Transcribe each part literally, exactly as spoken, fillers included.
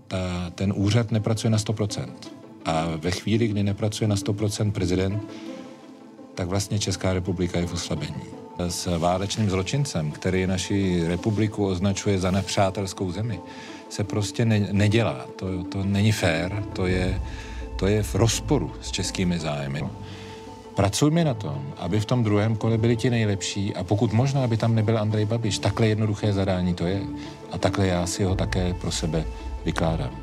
ta, ten úřad nepracuje na sto procent. A ve chvíli, kdy nepracuje na sto procent prezident, tak vlastně Česká republika je v oslabení. S válečným zločincem, který naši republiku označuje za nepřátelskou zemi, se prostě ne, nedělá. To, to není fér, to je, to je v rozporu s českými zájmy. Pracujme na tom, aby v tom druhém kole byli ti nejlepší a pokud možná, aby tam nebyl Andrej Babiš. Takhle jednoduché zadání to je. A takhle já si ho také pro sebe vykládám.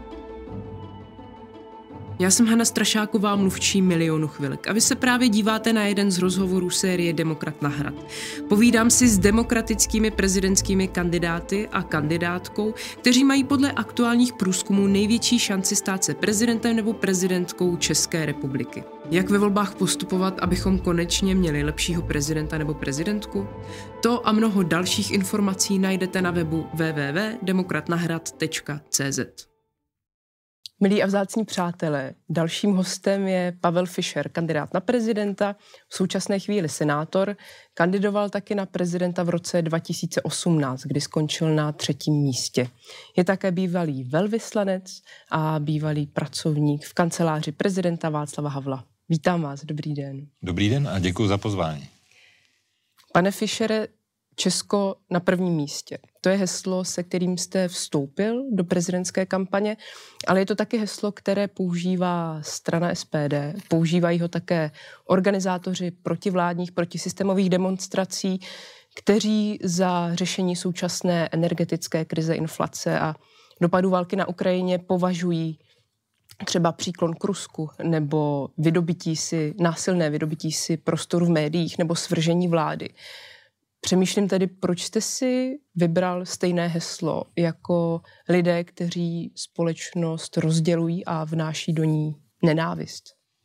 Já jsem Hana Strašáková, mluvčí Milionu chvilek a vy se právě díváte na jeden z rozhovorů série Demokrat na hrad. Povídám si s demokratickými prezidentskými kandidáty a kandidátkou, kteří mají podle aktuálních průzkumů největší šanci stát se prezidentem nebo prezidentkou České republiky. Jak ve volbách postupovat, abychom konečně měli lepšího prezidenta nebo prezidentku? To a mnoho dalších informací najdete na webu w w w tečka demokratnahrad tečka c z. Milí a vzácní přátelé, dalším hostem je Pavel Fischer, kandidát na prezidenta, v současné chvíli senátor, kandidoval taky na prezidenta v roce dva tisíce osmnáct, kdy skončil na třetím místě. Je také bývalý velvyslanec a bývalý pracovník v kanceláři prezidenta Václava Havla. Vítám vás, dobrý den. Dobrý den a děkuji za pozvání. Pane Fischere, Česko na prvním místě. To je heslo, se kterým jste vstoupil do prezidentské kampaně, ale je to taky heslo, které používá strana S P D. Používají ho také organizátoři protivládních, protisystémových demonstrací, kteří za řešení současné energetické krize, inflace a dopadu války na Ukrajině považují třeba příklon k Rusku nebo vydobití si, násilné vydobití si prostoru v médiích nebo svržení vlády. Přemýšlím tedy, proč jste si vybral stejné heslo jako lidé, kteří společnost rozdělují a vnáší do ní nenávist.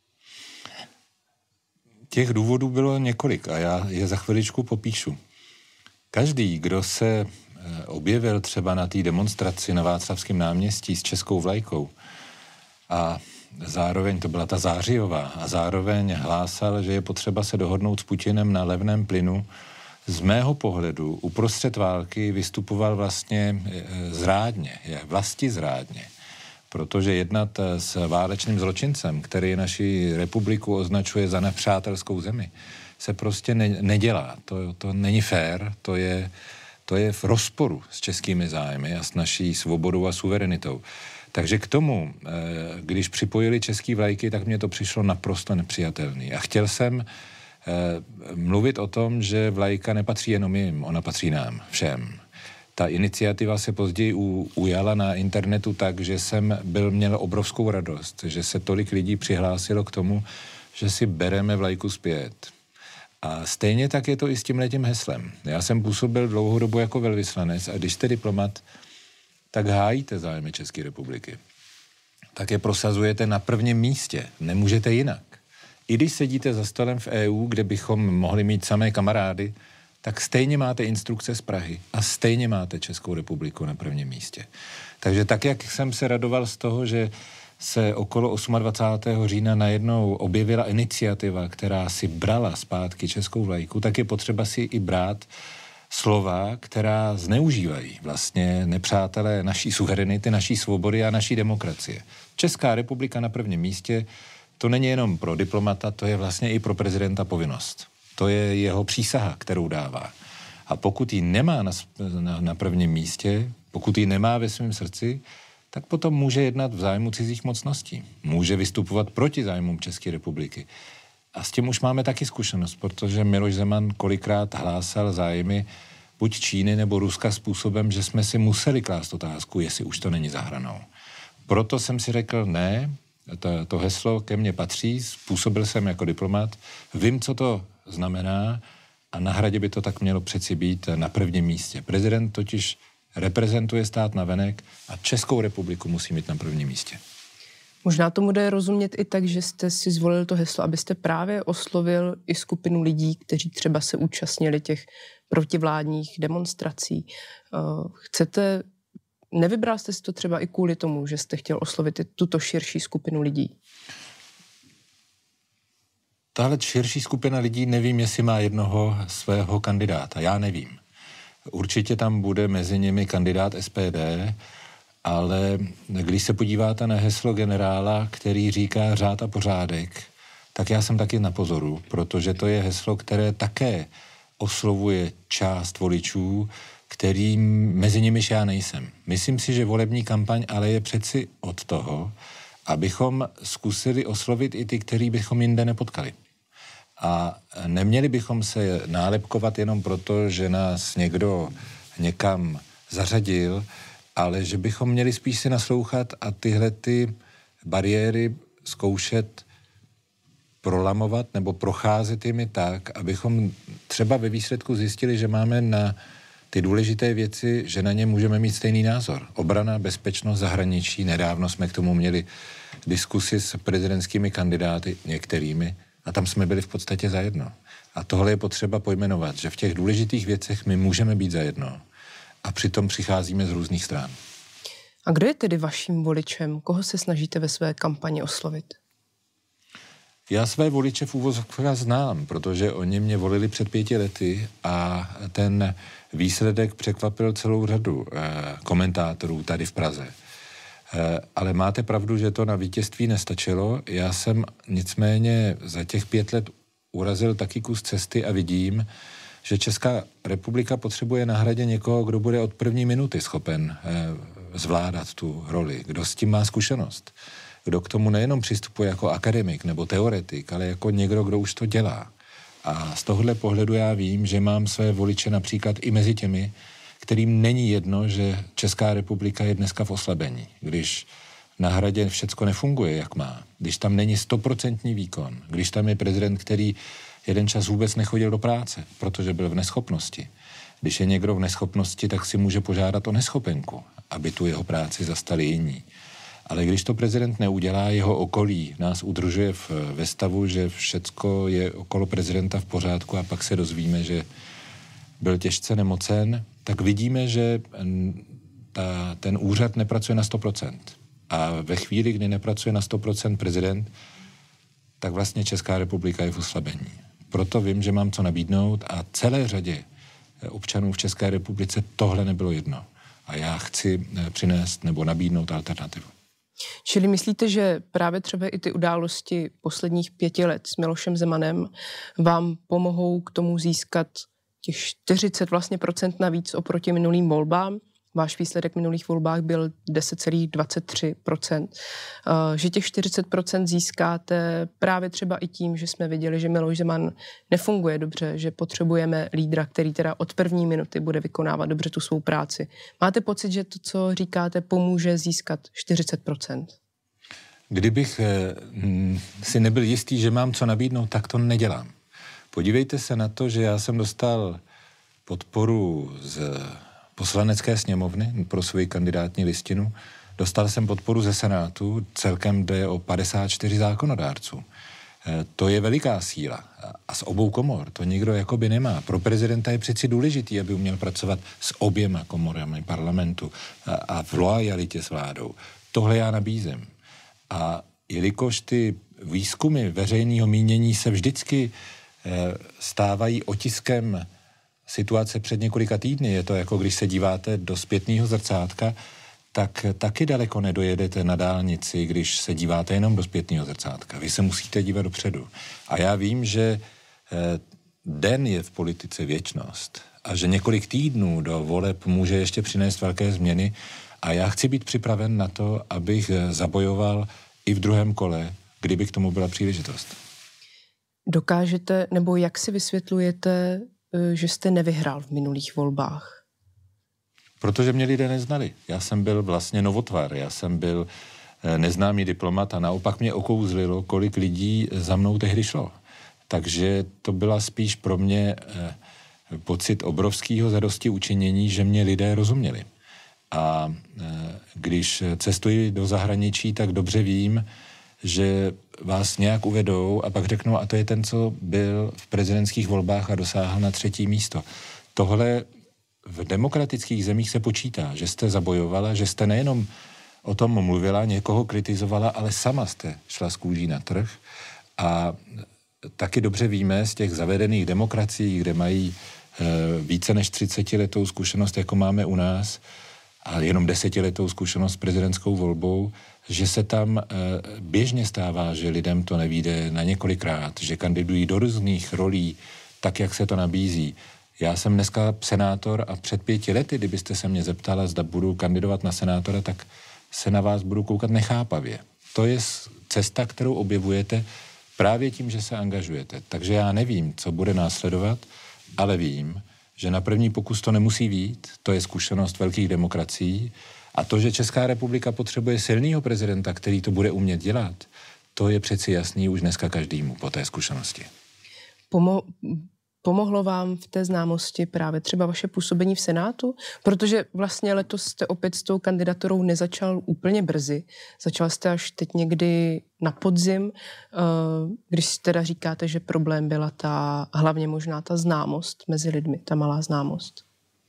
Těch důvodů bylo několik a já je za chviličku popíšu. Každý, kdo se objevil třeba na té demonstraci na Václavském náměstí s českou vlajkou a zároveň, to byla ta zářijová, a zároveň hlásal, že je potřeba se dohodnout s Putinem na levném plynu, z mého pohledu uprostřed války vystupoval vlastně zrádně, je vlasti zrádně, protože jednat s válečným zločincem, který naši republiku označuje za nepřátelskou zemi, se prostě ne, nedělá. To, to není fér, to je, to je v rozporu s českými zájmy a s naší svobodou a suverenitou. Takže k tomu, když připojili český vlajky, tak mně to přišlo naprosto nepřijatelný. A chtěl jsem mluvit o tom, že vlajka nepatří jenom jim, ona patří nám, všem. Ta iniciativa se později u, ujala na internetu tak, že jsem byl, měl obrovskou radost, že se tolik lidí přihlásilo k tomu, že si bereme vlajku zpět. A stejně tak je to i s tímhletím heslem. Já jsem působil dlouhou dobu jako velvyslanec a když jste diplomat, tak hájíte zájmy České republiky. Tak je prosazujete na prvním místě. Nemůžete jinak. I když sedíte za stolem v E U, kde bychom mohli mít samé kamarády, tak stejně máte instrukce z Prahy a stejně máte Českou republiku na prvním místě. Takže tak, jak jsem se radoval z toho, že se okolo dvacátého osmého října najednou objevila iniciativa, která si brala zpátky českou vlajku, tak je potřeba si i brát slova, která zneužívají vlastně nepřátelé naší suverenity, naší svobody a naší demokracie. Česká republika na prvním místě, to není jenom pro diplomata, to je vlastně i pro prezidenta povinnost. To je jeho přísaha, kterou dává. A pokud ji nemá na, na, na prvním místě, pokud ji nemá ve svém srdci, tak potom může jednat v zájmu cizích mocností. Může vystupovat proti zájmům České republiky. A s tím už máme taky zkušenost, protože Miloš Zeman kolikrát hlásal zájmy buď Číny nebo Ruska způsobem, že jsme si museli klást otázku, jestli už to není za hranou. Proto jsem si řekl, ne, to, to heslo ke mně patří, způsobil jsem jako diplomat, vím, co to znamená a na Hradě by to tak mělo přeci být na prvním místě. Prezident totiž reprezentuje stát navenek a Českou republiku musí mít na prvním místě. Možná tomu jde rozumět i tak, že jste si zvolil to heslo, abyste právě oslovil i skupinu lidí, kteří třeba se účastnili těch protivládních demonstrací. Chcete, nevybral jste si to třeba i kvůli tomu, že jste chtěl oslovit i tuto širší skupinu lidí? Tahle širší skupina lidí, nevím, jestli má jednoho svého kandidáta. Já nevím. Určitě tam bude mezi nimi kandidát S P D ale když se podíváte na heslo generála, který říká řád a pořádek, tak já jsem taky na pozoru, protože to je heslo, které také oslovuje část voličů, kterým mezi nimiž já nejsem. Myslím si, že volební kampaň ale je přeci od toho, abychom zkusili oslovit i ty, který bychom jinde nepotkali. A neměli bychom se nálepkovat jenom proto, že nás někdo někam zařadil, ale že bychom měli spíš si naslouchat a tyhle ty bariéry zkoušet prolamovat nebo procházet jimi tak, abychom třeba ve výsledku zjistili, že máme na ty důležité věci, že na ně můžeme mít stejný názor. Obrana, bezpečnost, zahraničí. Nedávno jsme k tomu měli diskusi s prezidentskými kandidáty, některými, a tam jsme byli v podstatě zajedno. A tohle je potřeba pojmenovat, že v těch důležitých věcech my můžeme být zajedno. A přitom přicházíme z různých stran. A kdo je tedy vaším voličem? Koho se snažíte ve své kampani oslovit? Já své voliče v úvozovkách znám, protože oni mě volili před pěti lety a ten výsledek překvapil celou řadu eh, komentátorů tady v Praze. Eh, ale máte pravdu, že to na vítězství nestačilo. Já jsem nicméně za těch pět let urazil taky kus cesty a vidím, že Česká republika potřebuje na hradě někoho, kdo bude od první minuty schopen eh, zvládat tu roli, kdo s tím má zkušenost. Kdo k tomu nejenom přistupuje jako akademik nebo teoretik, ale jako někdo, kdo už to dělá. A z tohohle pohledu já vím, že mám své voliče například i mezi těmi, kterým není jedno, že Česká republika je dneska v oslabení. Když na hradě všecko nefunguje, jak má, když tam není stoprocentní výkon, když tam je prezident, který jeden čas vůbec nechodil do práce, protože byl v neschopnosti. Když je někdo v neschopnosti, tak si může požádat o neschopenku, aby tu jeho práci zastali jiní. Ale když to prezident neudělá, jeho okolí nás udržuje v, ve stavu, že všecko je okolo prezidenta v pořádku a pak se dozvíme, že byl těžce nemocen, tak vidíme, že ta, ten úřad nepracuje na sto procent. A ve chvíli, kdy nepracuje na sto procent prezident, tak vlastně Česká republika je v oslabení. Proto vím, že mám co nabídnout a celé řadě občanů v České republice tohle nebylo jedno. A já chci přinést nebo nabídnout alternativu. Čili myslíte, že právě třeba i ty události posledních pěti let s Milošem Zemanem vám pomohou k tomu získat těch čtyřicet vlastně procent navíc oproti minulým volbám? Váš výsledek v minulých volbách byl deset celá dvacet tři procent. Že těch čtyřicet procent získáte právě třeba i tím, že jsme viděli, že Miloš Zeman nefunguje dobře, že potřebujeme lídra, který teda od první minuty bude vykonávat dobře tu svou práci. Máte pocit, že to, co říkáte, pomůže získat čtyřicet procent? Kdybych eh, si nebyl jistý, že mám co nabídnout, tak to nedělám. Podívejte se na to, že já jsem dostal podporu z Poslanecké sněmovny pro svoji kandidátní listinu. Dostal jsem podporu ze Senátu, celkem jde o padesát čtyři zákonodárců. E, to je veliká síla. A z obou komor to nikdo jakoby nemá. Pro prezidenta je přeci důležitý, aby uměl pracovat s oběma komorami parlamentu a, a v loajalitě s vládou. Tohle já nabízím. A jelikož ty výzkumy veřejného mínění se vždycky e, stávají otiskem situace před několika týdny, je to jako když se díváte do zpětného zrcátka, tak taky daleko nedojedete na dálnici, když se díváte jenom do zpětného zrcátka. Vy se musíte dívat dopředu. A já vím, že den je v politice věčnost a že několik týdnů do voleb může ještě přinést velké změny a já chci být připraven na to, abych zabojoval i v druhém kole, kdyby k tomu byla příležitost. Dokážete, nebo jak si vysvětlujete, že jste nevyhrál v minulých volbách? Protože mě lidé neznali. Já jsem byl vlastně novotvar, já jsem byl neznámý diplomat a naopak mě okouzlilo, kolik lidí za mnou tehdy šlo. Takže to byla spíš pro mě pocit obrovského zadosti učinění, že mě lidé rozuměli. A když cestuji do zahraničí, tak dobře vím, že vás nějak uvedou a pak řeknou, a to je ten, co byl v prezidentských volbách a dosáhl na třetí místo. Tohle v demokratických zemích se počítá, že jste zabojovala, že jste nejenom o tom mluvila, někoho kritizovala, ale sama jste šla z kůží na trh. A taky dobře víme z těch zavedených demokracií, kde mají e, více než třicetiletou zkušenost, jako máme u nás, a jenom desetiletou zkušenost s prezidentskou volbou, že se tam běžně stává, že lidem to nevyjde na několikrát, že kandidují do různých rolí, tak, jak se to nabízí. Já jsem dneska senátor a před pěti lety, kdybyste se mě zeptala, zda budu kandidovat na senátora, tak se na vás budu koukat nechápavě. To je cesta, kterou objevujete právě tím, že se angažujete. Takže já nevím, co bude následovat, ale vím, že na první pokus to nemusí vyjít, to je zkušenost velkých demokracií, a to, že Česká republika potřebuje silného prezidenta, který to bude umět dělat, to je přeci jasný už dneska každému po té zkušenosti. Pomo- pomohlo vám v té známosti právě třeba vaše působení v Senátu? Protože vlastně letos jste opět s tou kandidaturou nezačal úplně brzy. Začal jste až teď někdy na podzim, když teda říkáte, že problém byla ta, hlavně možná ta známost mezi lidmi, ta malá známost.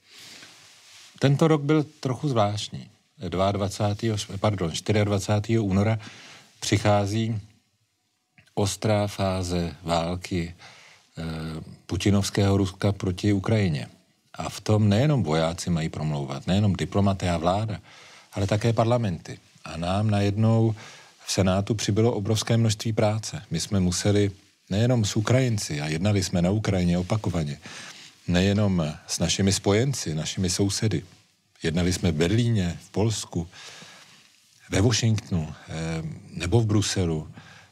Tento rok byl trochu zvláštní. dvacátého druhého pardon, dvacátého čtvrtého února přichází ostrá fáze války eh, putinovského Ruska proti Ukrajině. A v tom nejenom vojáci mají promlouvat, nejenom diplomaté a vláda, ale také parlamenty. A nám najednou v Senátu přibylo obrovské množství práce. My jsme museli nejenom s Ukrajinci, a jednali jsme na Ukrajině opakovaně, nejenom s našimi spojenci, našimi sousedy. Jednali jsme v Berlíně, v Polsku, ve Washingtonu nebo v Bruselu.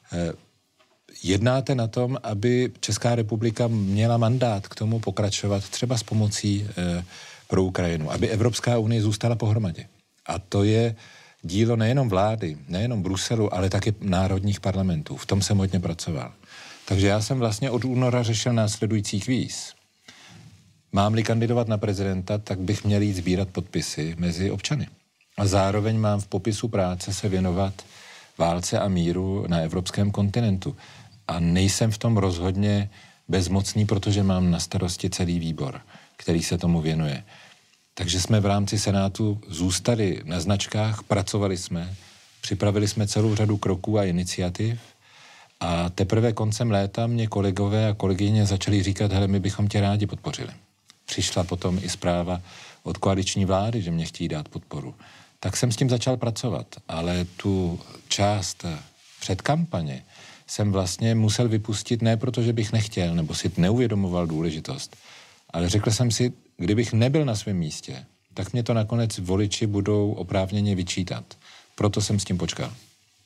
Jednáte na tom, aby Česká republika měla mandát k tomu pokračovat třeba s pomocí pro Ukrajinu, aby Evropská unie zůstala pohromadě. A to je dílo nejenom vlády, nejenom Bruselu, ale taky národních parlamentů. V tom jsem hodně pracoval. Takže já jsem vlastně od února řešil následující kvíz. Mám-li kandidovat na prezidenta, tak bych měl jít sbírat podpisy mezi občany. A zároveň mám v popisu práce se věnovat válce a míru na evropském kontinentu. A nejsem v tom rozhodně bezmocný, protože mám na starosti celý výbor, který se tomu věnuje. Takže jsme v rámci Senátu zůstali na značkách, pracovali jsme, připravili jsme celou řadu kroků a iniciativ a teprve koncem léta mě kolegové a kolegyně začali říkat, hele, my bychom tě rádi podpořili. Přišla potom i zpráva od koaliční vlády, že mě chtějí dát podporu. Tak jsem s tím začal pracovat, ale tu část předkampaně jsem vlastně musel vypustit ne proto, že bych nechtěl nebo si neuvědomoval důležitost, ale řekl jsem si, kdybych nebyl na svém místě, tak mě to nakonec voliči budou oprávněně vyčítat. Proto jsem s tím počkal.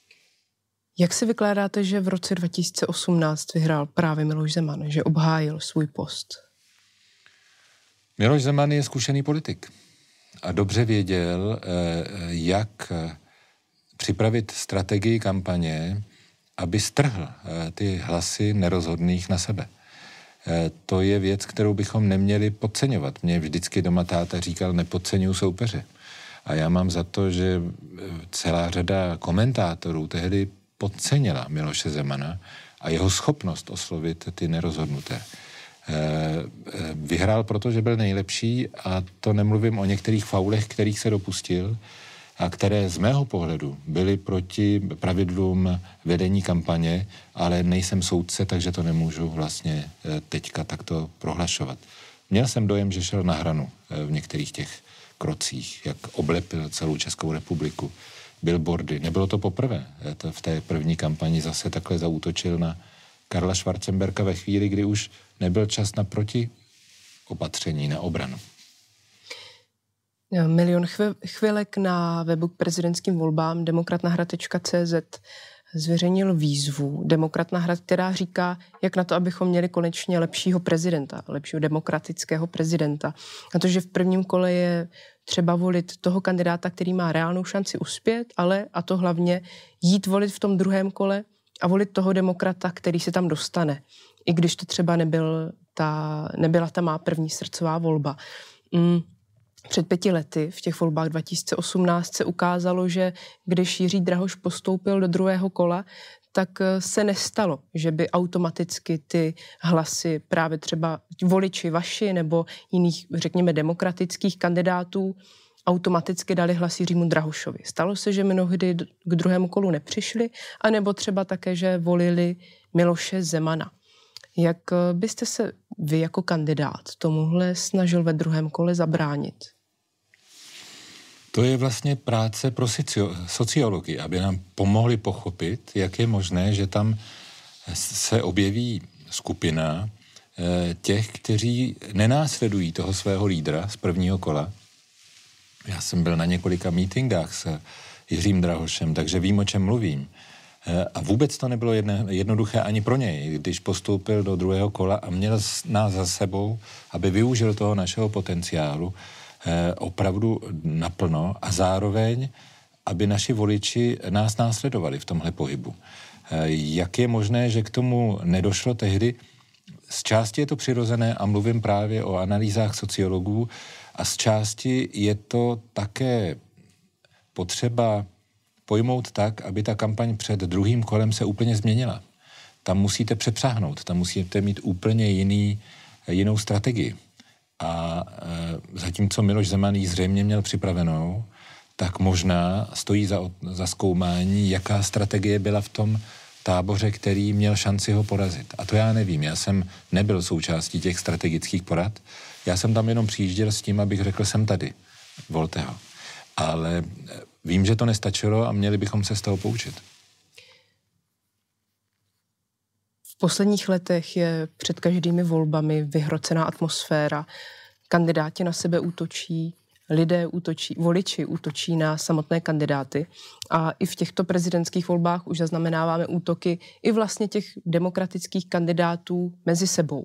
Jak si vykládáte, že v roce dva tisíce osmnáct vyhrál právě Miloš Zeman, že obhájil svůj post? Miloš Zeman je zkušený politik a dobře věděl, jak připravit strategii kampaně, aby strhl ty hlasy nerozhodných na sebe. To je věc, kterou bychom neměli podceňovat. Mě vždycky doma táta říkal, nepodceňuj soupeře. A já mám za to, že celá řada komentátorů tehdy podcenila Miloše Zemana a jeho schopnost oslovit ty nerozhodnuté. Vyhrál proto, že byl nejlepší a to nemluvím o některých faulech, kterých se dopustil a které z mého pohledu byly proti pravidlům vedení kampaně, ale nejsem soudce, takže to nemůžu vlastně teďka takto prohlašovat. Měl jsem dojem, že šel na hranu v některých těch krocích, jak oblepil celou Českou republiku, billboardy. Nebylo to poprvé. To v té první kampani zase takhle zaútočil na Karla Schwarzenberga ve chvíli, kdy už nebyl čas na protiopatření, na obranu. Milion chvilek na webu k prezidentským volbám demokratnahrad tečka cé zet zveřejnil výzvu Demokrat na hrad, která říká, jak na to, abychom měli konečně lepšího prezidenta, lepšího demokratického prezidenta. A to, že v prvním kole je třeba volit toho kandidáta, který má reálnou šanci uspět, ale a to hlavně jít volit v tom druhém kole a volit toho demokrata, který se tam dostane. I když to třeba nebyl ta, nebyla ta má první srdcová volba. Mm. Před pěti lety v těch volbách dva tisíce osmnáct se ukázalo, že když Jiří Drahoš postoupil do druhého kola, tak se nestalo, že by automaticky ty hlasy právě třeba voliči vaši nebo jiných, řekněme, demokratických kandidátů automaticky dali hlas Jiřímu Drahošovi. Stalo se, že mnohdy k druhému kolu nepřišli, anebo třeba také, že volili Miloše Zemana. Jak byste se vy jako kandidát tomuhle snažil ve druhém kole zabránit? To je vlastně práce pro sociologii, aby nám pomohli pochopit, jak je možné, že tam se objeví skupina těch, kteří nenásledují toho svého lídra z prvního kola. Já jsem byl na několika mítinkách s Jiřím Drahošem, takže vím, o čem mluvím. A vůbec to nebylo jedno, jednoduché ani pro něj, když postoupil do druhého kola a měl nás za sebou, aby využil toho našeho potenciálu eh, opravdu naplno a zároveň, aby naši voliči nás následovali v tomhle pohybu. Eh, jak je možné, že k tomu nedošlo tehdy? Z části je to přirozené a mluvím právě o analýzách sociologů a z části je to také potřeba pojmout tak, aby ta kampaň před druhým kolem se úplně změnila. Tam musíte přepřáhnout, tam musíte mít úplně jiný, jinou strategii. A e, zatímco Miloš Zeman ji zřejmě měl připravenou, tak možná stojí za, za zkoumání, jaká strategie byla v tom táboře, který měl šanci ho porazit. A to já nevím, já jsem nebyl součástí těch strategických porad, já jsem tam jenom přijížděl s tím, abych řekl, jsem tady, volte ho. Ale vím, že to nestačilo a měli bychom se z toho poučit. V posledních letech je před každými volbami vyhrocená atmosféra. Kandidáti na sebe útočí, lidé útočí, voliči útočí na samotné kandidáty. A i v těchto prezidentských volbách už zaznamenáváme útoky i vlastně těch demokratických kandidátů mezi sebou.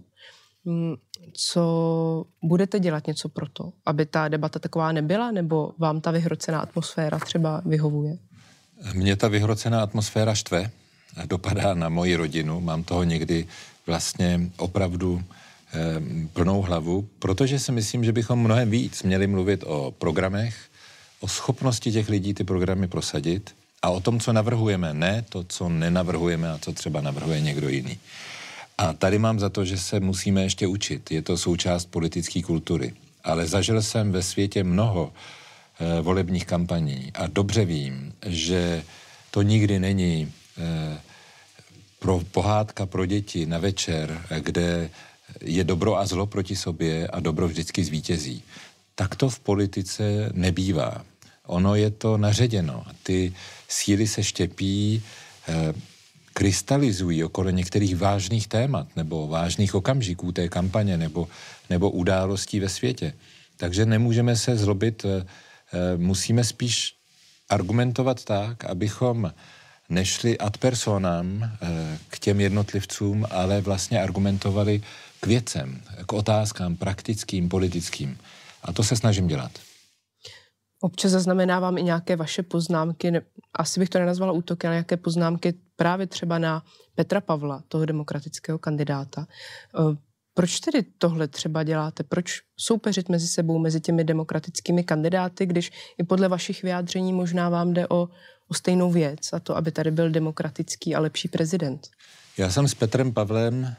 Co budete dělat něco pro to, aby ta debata taková nebyla, nebo vám ta vyhrocená atmosféra třeba vyhovuje? Mně ta vyhrocená atmosféra štve, dopadá na moji rodinu, mám toho někdy vlastně opravdu eh, plnou hlavu, protože si myslím, že bychom mnohem víc měli mluvit o programech, o schopnosti těch lidí ty programy prosadit a o tom, co navrhujeme, ne to, co nenavrhujeme a co třeba navrhuje někdo jiný. A tady mám za to, že se musíme ještě učit. Je to součást politické kultury. Ale zažil jsem ve světě mnoho e, volebních kampaní a dobře vím, že to nikdy není e, pro pohádka pro děti na večer, kde je dobro a zlo proti sobě a dobro vždycky zvítězí. Tak to v politice nebývá. Ono je to naředěno. Ty síly se štěpí, e, krystalizují okolo některých vážných témat nebo vážných okamžiků té kampaně nebo, nebo událostí ve světě. Takže nemůžeme se zlobit, musíme spíš argumentovat tak, abychom nešli ad personam k těm jednotlivcům, ale vlastně argumentovali k věcem, k otázkám praktickým, politickým. A to se snažím dělat. Občas zaznamenávám i nějaké vaše poznámky, ne, asi bych to nenazvala útoky, ale nějaké poznámky právě třeba na Petra Pavla, toho demokratického kandidáta. Proč tedy tohle třeba děláte? Proč soupeřit mezi sebou, mezi těmi demokratickými kandidáty, když i podle vašich vyjádření možná vám jde o, o stejnou věc, a to, aby tady byl demokratický a lepší prezident? Já jsem s Petrem Pavlem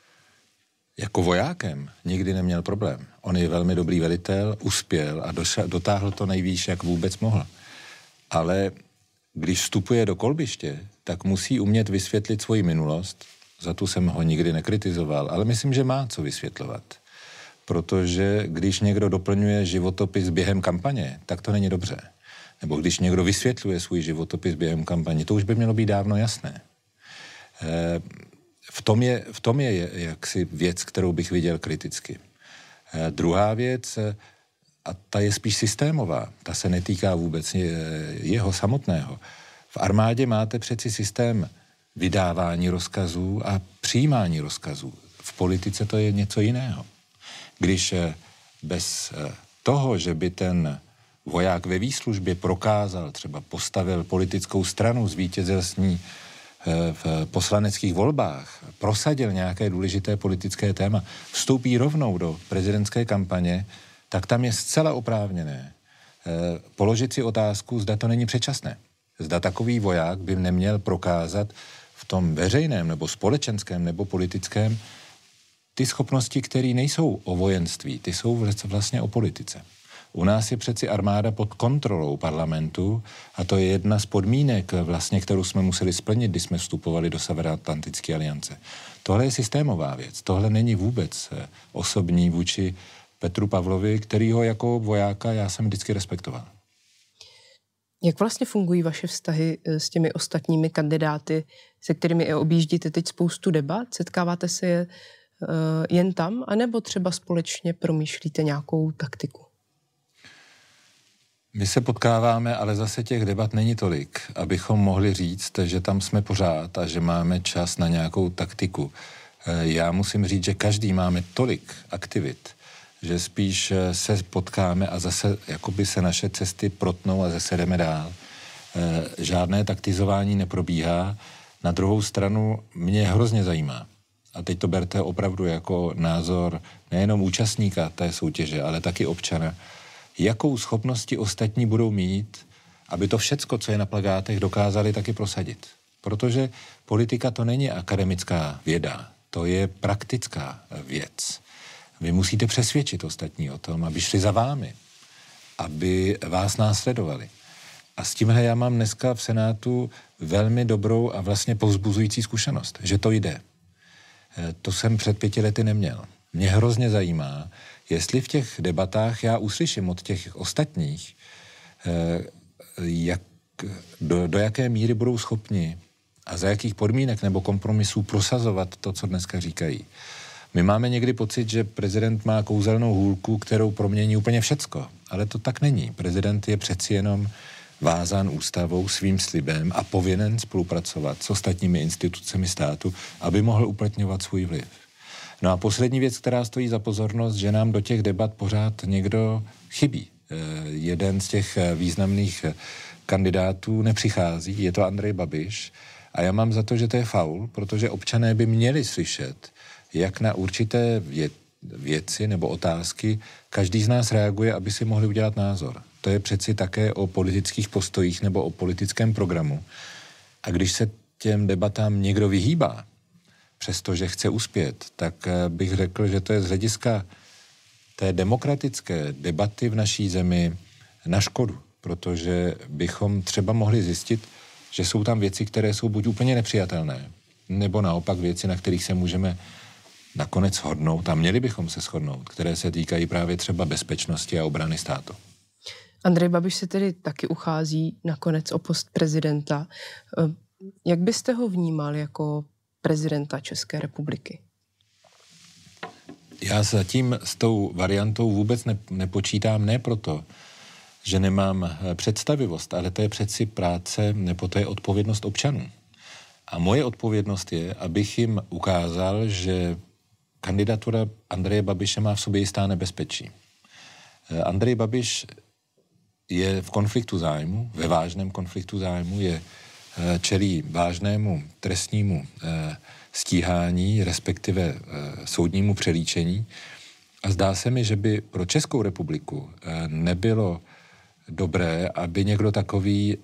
jako vojákem nikdy neměl problém. On je velmi dobrý velitel, uspěl a došel, dotáhl to nejvýš, jak vůbec mohl. Ale když vstupuje do kolbiště, tak musí umět vysvětlit svoji minulost. Za tu jsem ho nikdy nekritizoval, ale myslím, že má co vysvětlovat. Protože když někdo doplňuje životopis během kampaně, tak to není dobře. Nebo když někdo vysvětluje svůj životopis během kampaně, to už by mělo být dávno jasné. E, v tom je, v tom je jaksi věc, kterou bych viděl kriticky. E, druhá věc, a ta je spíš systémová, ta se netýká vůbec jeho samotného. V armádě máte přeci systém vydávání rozkazů a přijímání rozkazů. V politice to je něco jiného. Když bez toho, že by ten voják ve výslužbě prokázal, třeba postavil politickou stranu, zvítězil s ní v poslaneckých volbách, prosadil nějaké důležité politické téma, vstoupí rovnou do prezidentské kampaně, tak tam je zcela oprávněné položit si otázku, zda to není předčasné. Zda takový voják by neměl prokázat v tom veřejném nebo společenském nebo politickém ty schopnosti, které nejsou o vojenství, ty jsou vlastně o politice. U nás je přeci armáda pod kontrolou parlamentu a to je jedna z podmínek, vlastně, kterou jsme museli splnit, když jsme vstupovali do Severoatlantické aliance. Tohle je systémová věc, tohle není vůbec osobní vůči Petru Pavlovi, kterýho jako vojáka já jsem vždycky respektoval. Jak vlastně fungují vaše vztahy s těmi ostatními kandidáty, se kterými i objíždíte teď spoustu debat? Setkáváte se je uh, jen tam, anebo třeba společně promýšlíte nějakou taktiku? My se potkáváme, ale zase těch debat není tolik, abychom mohli říct, že tam jsme pořád a že máme čas na nějakou taktiku. Já musím říct, že každý máme tolik aktivit, že spíš se potkáme a zase jakoby se naše cesty protnou a zase jdeme dál. Žádné taktizování neprobíhá. Na druhou stranu mě hrozně zajímá. A teď to berte opravdu jako názor nejenom účastníka té soutěže, ale taky občana. Jakou schopnosti ostatní budou mít, aby to všecko, co je na plakátech, dokázali taky prosadit. Protože politika to není akademická věda, to je praktická věc. Vy musíte přesvědčit ostatní o tom, aby šli za vámi, aby vás následovali. A s tímhle já mám dneska v Senátu velmi dobrou a vlastně povzbuzující zkušenost, že to jde. To jsem před pěti lety neměl. Mě hrozně zajímá, jestli v těch debatách já uslyším od těch ostatních, jak, do, do jaké míry budou schopni a za jakých podmínek nebo kompromisů prosazovat to, co dneska říkají. My máme někdy pocit, že prezident má kouzelnou hůlku, kterou promění úplně všecko, ale to tak není. Prezident je přeci jenom vázán ústavou, svým slibem a povinen spolupracovat s ostatními institucemi státu, aby mohl uplatňovat svůj vliv. No a poslední věc, která stojí za pozornost, že nám do těch debat pořád někdo chybí. Jeden z těch významných kandidátů nepřichází, je to Andrej Babiš a já mám za to, že to je faul, protože občané by měli slyšet, jak na určité vě- věci nebo otázky každý z nás reaguje, aby si mohli udělat názor. To je přeci také o politických postojích nebo o politickém programu. A když se těm debatám někdo vyhýbá, přestože chce uspět, tak bych řekl, že to je z hlediska té demokratické debaty v naší zemi na škodu, protože bychom třeba mohli zjistit, že jsou tam věci, které jsou buď úplně nepřijatelné, nebo naopak věci, na kterých se můžeme nakonec shodnout a měli bychom se shodnout, které se týkají právě třeba bezpečnosti a obrany státu. Andrej Babiš se tedy taky uchází nakonec o post prezidenta. Jak byste ho vnímal jako prezidenta České republiky? Já zatím s tou variantou vůbec ne, nepočítám, ne proto, že nemám představivost, ale to je přeci práce, nebo to je odpovědnost občanů. A moje odpovědnost je, abych jim ukázal, že kandidatura Andreje Babiše má v sobě jistá nebezpečí. Andrej Babiš je v konfliktu zájmu, ve vážném konfliktu zájmu, je čelí vážnému trestnímu stíhání, respektive soudnímu přelíčení. A zdá se mi, že by pro Českou republiku nebylo dobré, aby někdo takový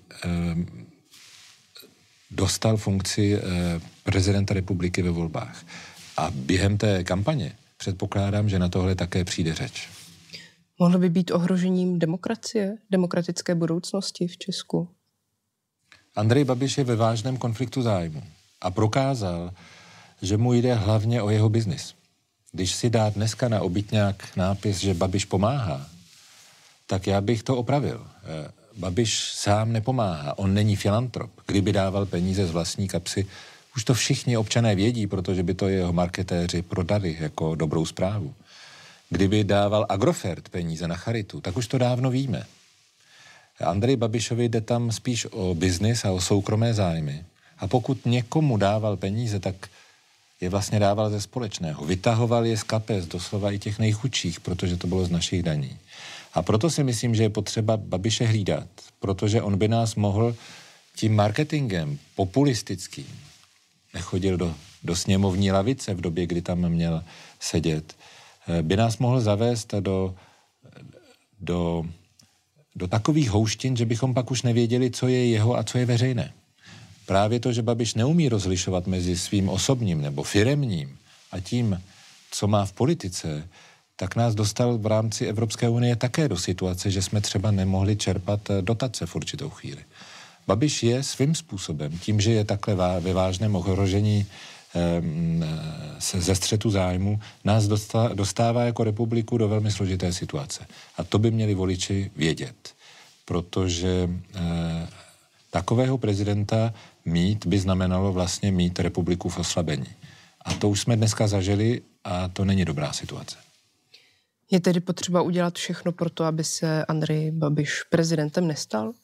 dostal funkci prezidenta republiky ve volbách. A během té kampaně předpokládám, že na tohle také přijde řeč. Mohlo by být ohrožením demokracie, demokratické budoucnosti v Česku? Andrej Babiš je ve vážném konfliktu zájmu a prokázal, že mu jde hlavně o jeho biznis. Když si dá dneska na obytňák nápis, že Babiš pomáhá, tak já bych to opravil. Babiš sám nepomáhá, on není filantrop. Kdyby dával peníze z vlastní kapsy, už to všichni občané vědí, protože by to jeho marketéři prodali jako dobrou zprávu. Kdyby dával Agrofert peníze na charitu, tak už to dávno víme. Andrej Babišovi jde tam spíš o biznis a o soukromé zájmy. A pokud někomu dával peníze, tak je vlastně dával ze společného. Vytahoval je z kapes, doslova i těch nejchudších, protože to bylo z našich daní. A proto si myslím, že je potřeba Babiše hlídat, protože on by nás mohl tím marketingem populistickým, nechodil do, do sněmovní lavice v době, kdy tam měl sedět, by nás mohl zavést do, do, do takových houštin, že bychom pak už nevěděli, co je jeho a co je veřejné. Právě to, že Babiš neumí rozlišovat mezi svým osobním nebo firemním a tím, co má v politice, tak nás dostal v rámci Evropské unie také do situace, že jsme třeba nemohli čerpat dotace v určitou chvíli. Babiš je svým způsobem, tím, že je takhle ve vážném ohrožení se ze střetu zájmu, nás dostává jako republiku do velmi složité situace. A to by měli voliči vědět. protože eh, takového prezidenta mít by znamenalo vlastně mít republiku v oslabení. A to už jsme dneska zažili a to není dobrá situace. Je tedy potřeba udělat všechno pro to, aby se Andrej Babiš prezidentem nestal?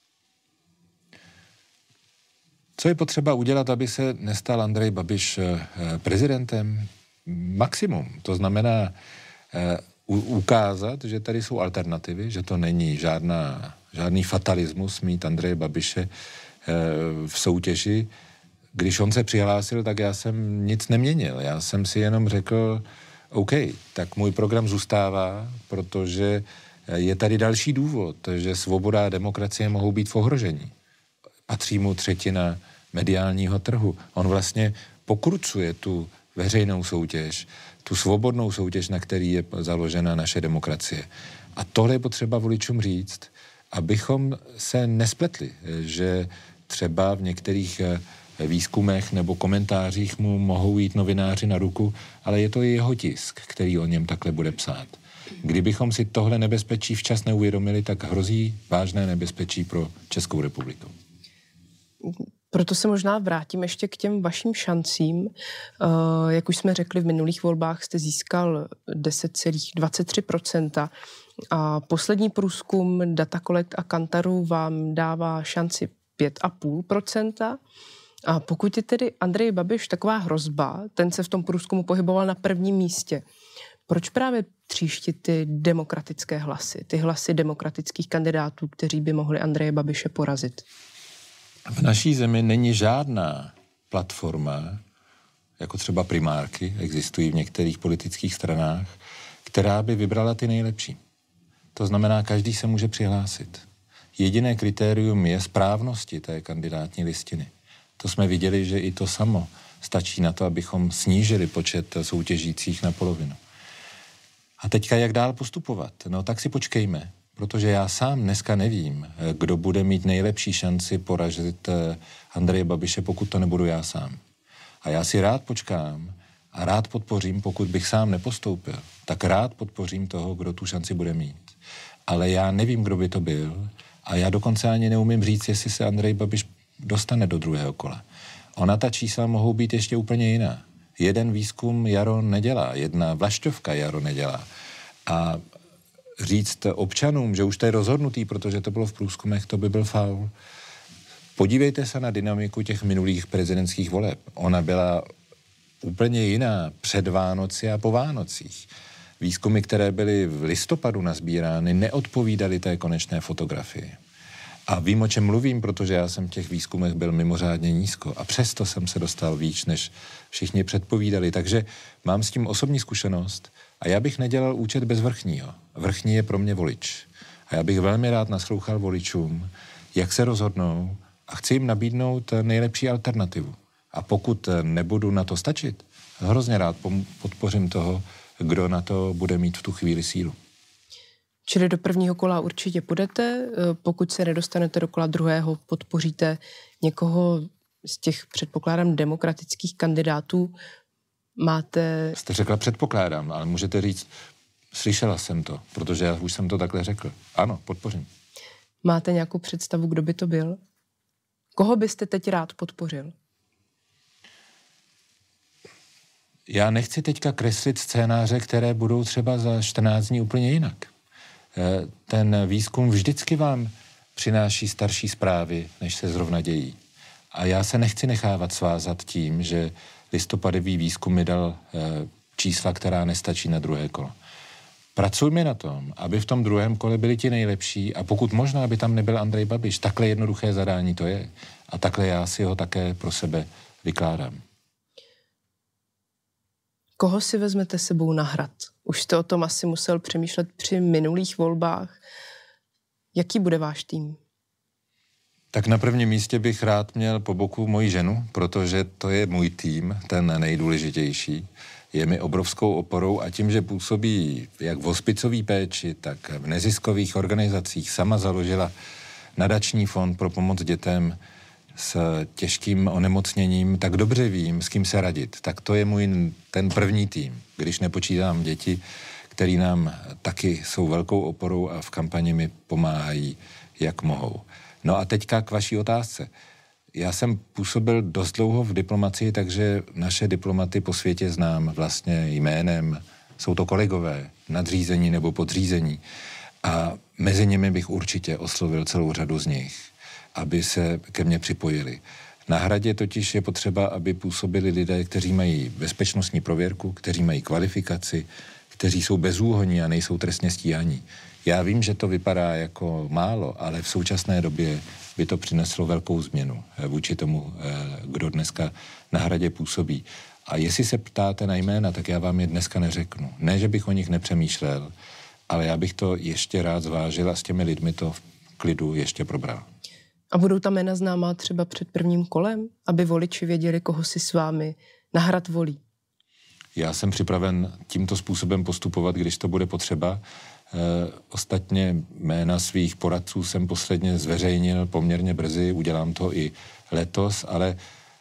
Co je potřeba udělat, aby se nestal Andrej Babiš prezidentem? Maximum. To znamená ukázat, že tady jsou alternativy, že to není žádná, žádný fatalismus mít Andreje Babiše v soutěži. Když on se přihlásil, tak já jsem nic neměnil. Já jsem si jenom řekl, OK, tak můj program zůstává, protože je tady další důvod, že svoboda a demokracie mohou být v ohrožení. Patří mu třetina mediálního trhu. On vlastně pokrucuje tu veřejnou soutěž, tu svobodnou soutěž, na který je založena naše demokracie. A tohle je potřeba voličům říct, abychom se nespletli, že třeba v některých výzkumech nebo komentářích mu mohou jít novináři na ruku, ale je to jeho tisk, který o něm takhle bude psát. Kdybychom si tohle nebezpečí včas neuvědomili, tak hrozí vážné nebezpečí pro Českou republiku. Proto se možná vrátím ještě k těm vašim šancím. Jak už jsme řekli, v minulých volbách jste získal deset celá dvacet tři procenta a poslední průzkum Datakolekt a Kantaru vám dává šanci pět celá pět procenta. A pokud je tedy Andrej Babiš taková hrozba, ten se v tom průzkumu pohyboval na prvním místě, proč právě tříštit ty demokratické hlasy, ty hlasy demokratických kandidátů, kteří by mohli Andreje Babiše porazit? V naší zemi není žádná platforma, jako třeba primárky, existují v některých politických stranách, která by vybrala ty nejlepší. To znamená, každý se může přihlásit. Jediné kritérium je správnosti té kandidátní listiny. To jsme viděli, že i to samo stačí na to, abychom snížili počet soutěžících na polovinu. A teďka jak dál postupovat? No tak si počkejme, protože já sám dneska nevím, kdo bude mít nejlepší šanci poražit Andreje Babiše, pokud to nebudu já sám. A já si rád počkám a rád podpořím, pokud bych sám nepostoupil, tak rád podpořím toho, kdo tu šanci bude mít. Ale já nevím, kdo by to byl a já dokonce ani neumím říct, jestli se Andrej Babiš dostane do druhého kola. Ona ta čísla mohou být ještě úplně jiná. Jeden výzkum jaro nedělá, jedna vlašťovka jaro nedělá. A říct občanům, že už to je rozhodnutý, protože to bylo v průzkumech, to by byl faul. Podívejte se na dynamiku těch minulých prezidentských voleb. Ona byla úplně jiná před Vánoci a po Vánocích. Výzkumy, které byly v listopadu nazbírány, neodpovídaly té konečné fotografii. A vím, o čem mluvím, protože já jsem v těch výzkumech byl mimořádně nízko a přesto jsem se dostal víc, než všichni předpovídali. Takže mám s tím osobní zkušenost a já bych nedělal účet bez vrchního. Vrchní je pro mě volič. A já bych velmi rád naslouchal voličům, jak se rozhodnou a chci jim nabídnout nejlepší alternativu. A pokud nebudu na to stačit, hrozně rád podpořím toho, kdo na to bude mít v tu chvíli sílu. Čili do prvního kola určitě půjdete, pokud se nedostanete do kola druhého, podpoříte někoho z těch, předpokládám, demokratických kandidátů. Máte... Jste řekla předpokládám, ale můžete říct, slyšela jsem to, protože já už jsem to takhle řekl. Ano, podpořím. Máte nějakou představu, kdo by to byl? Koho byste teď rád podpořil? Já nechci teďka kreslit scénáře, které budou třeba za čtrnáct dní úplně jinak. Ten výzkum vždycky vám přináší starší zprávy, než se zrovna dějí. A já se nechci nechávat svázat tím, že listopadový výzkum mi dal čísla, která nestačí na druhé kolo. Pracujme na tom, aby v tom druhém kole byli ti nejlepší a pokud možná, aby tam nebyl Andrej Babiš. Takhle jednoduché zadání to je. A takhle já si ho také pro sebe vykládám. Koho si vezmete sebou na Hrad? Už jste o tom asi musel přemýšlet při minulých volbách. Jaký bude váš tým? Tak na prvním místě bych rád měl po boku moji ženu, protože to je můj tým, ten nejdůležitější. Je mi obrovskou oporou a tím, že působí jak v hospicové péči, tak v neziskových organizacích, sama založila nadační fond pro pomoc dětem s těžkým onemocněním, tak dobře vím, s kým se radit. Tak to je můj ten první tým, když nepočítám děti, který nám taky jsou velkou oporou a v kampani mi pomáhají jak mohou. No a teďka k vaší otázce. Já jsem působil dost dlouho v diplomacii, takže naše diplomaty po světě znám vlastně jménem. Jsou to kolegové, nadřízení nebo podřízení. A mezi nimi bych určitě oslovil celou řadu z nich, aby se ke mně připojili. Na Hradě totiž je potřeba, aby působili lidé, kteří mají bezpečnostní prověrku, kteří mají kvalifikaci, kteří jsou bezúhonní a nejsou trestně stíhaní. Já vím, že to vypadá jako málo, ale v současné době by to přineslo velkou změnu vůči tomu, kdo dneska na Hradě působí. A jestli se ptáte na jména, tak já vám je dneska neřeknu. Ne, že bych o nich nepřemýšlel, ale já bych to ještě rád zvážil a s těmi lidmi to v klidu ještě probral. A budou ta jména známá třeba před prvním kolem, aby voliči věděli, koho si s vámi na Hrad volí? Já jsem připraven tímto způsobem postupovat, když to bude potřeba. E, ostatně jména svých poradců jsem posledně zveřejnil poměrně brzy, udělám to i letos, ale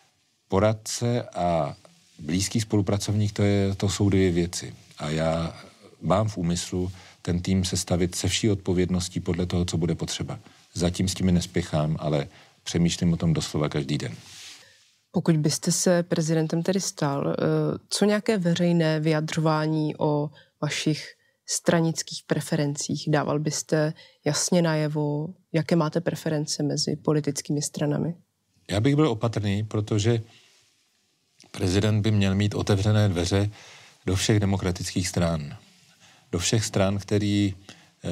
poradce a blízký spolupracovník, to, je, to jsou dvě věci. A já mám v úmyslu ten tým sestavit se vší odpovědností podle toho, co bude potřeba. Zatím s tím nespěchám, ale přemýšlím o tom doslova každý den. Pokud byste se prezidentem tedy stal, co nějaké veřejné vyjadřování o vašich stranických preferencích? Dával byste jasně najevo, jaké máte preference mezi politickými stranami? Já bych byl opatrný, protože prezident by měl mít otevřené dveře do všech demokratických stran. Do všech stran, který eh,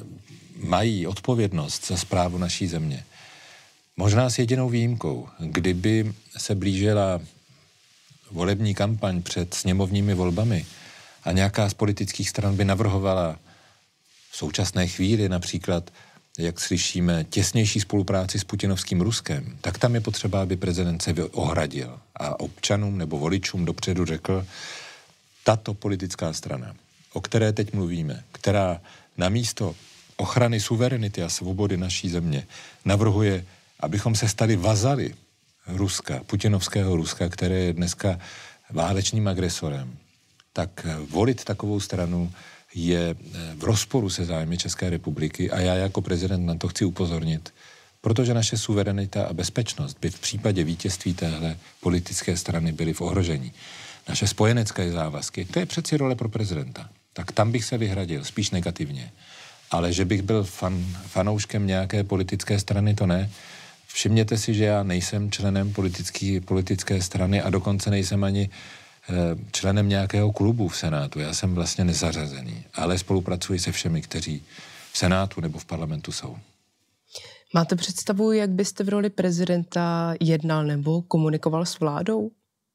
mají odpovědnost za správu naší země. Možná s jedinou výjimkou, kdyby se blížila volební kampaň před sněmovními volbami a nějaká z politických stran by navrhovala v současné chvíli například, jak slyšíme, těsnější spolupráci s putinovským Ruskem, tak tam je potřeba, aby prezident se ohradil a občanům nebo voličům dopředu řekl, tato politická strana, o které teď mluvíme, která namísto ochrany suverenity a svobody naší země navrhuje, abychom se stali vazali Ruska, putinovského Ruska, které je dneska válečným agresorem, tak volit takovou stranu je v rozporu se zájmy České republiky a já jako prezident na to chci upozornit, protože naše suverenita a bezpečnost by v případě vítězství téhle politické strany byly v ohrožení. Naše spojenecké závazky, to je přeci role pro prezidenta. Tak tam bych se vyhradil, spíš negativně. Ale že bych byl fan, fanouškem nějaké politické strany, to ne. Všimněte si, že já nejsem členem politický, politické strany a dokonce nejsem ani eh, členem nějakého klubu v Senátu. Já jsem vlastně nezařazený, ale spolupracuji se všemi, kteří v Senátu nebo v parlamentu jsou. Máte představu, jak byste v roli prezidenta jednal nebo komunikoval s vládou?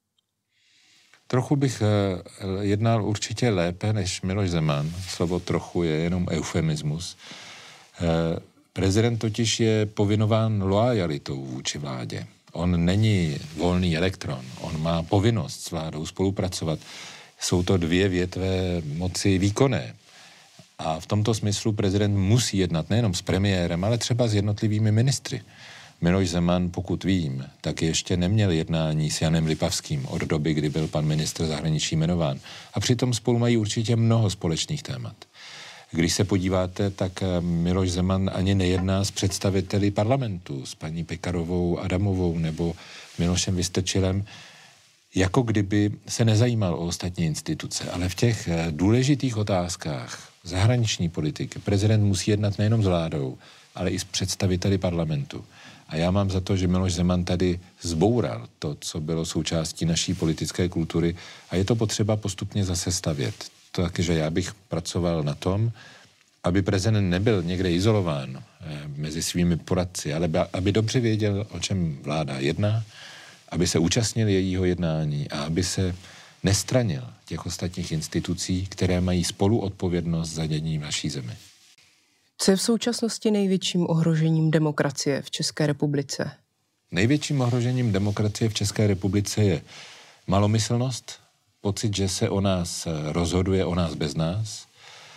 Trochu bych eh, jednal určitě lépe než Miloš Zeman. Slovo trochu je jenom eufemismus. Eh, prezident totiž je povinován loajalitou vůči vládě. On není volný elektron. On má povinnost s vládou spolupracovat. Jsou to dvě větve moci výkonné. A v tomto smyslu prezident musí jednat nejenom s premiérem, ale třeba s jednotlivými ministry. Miloš Zeman, pokud vím, tak ještě neměl jednání s Janem Lipavským od doby, kdy byl pan ministr zahraničí jmenován. A přitom spolu mají určitě mnoho společných témat. Když se podíváte, tak Miloš Zeman ani nejedná s představiteli parlamentu, s paní Pekarovou Adamovou nebo Milošem Vystrčilem, jako kdyby se nezajímal o ostatní instituce. Ale v těch důležitých otázkách zahraniční politiky prezident musí jednat nejenom s vládou, ale i s představiteli parlamentu. A já mám za to, že Miloš Zeman tady zboural to, co bylo součástí naší politické kultury a je to potřeba postupně zase stavět. Takže já bych pracoval na tom, aby prezident nebyl někde izolován eh, mezi svými poradci, ale by, aby dobře věděl, o čem vláda jedná, aby se účastnil jejího jednání a aby se nestranil těch ostatních institucí, které mají spolu odpovědnost za dění naší zemi. Co je v současnosti největším ohrožením demokracie v České republice? Největším ohrožením demokracie v České republice je malomyslnost, pocit, že se o nás rozhoduje, o nás bez nás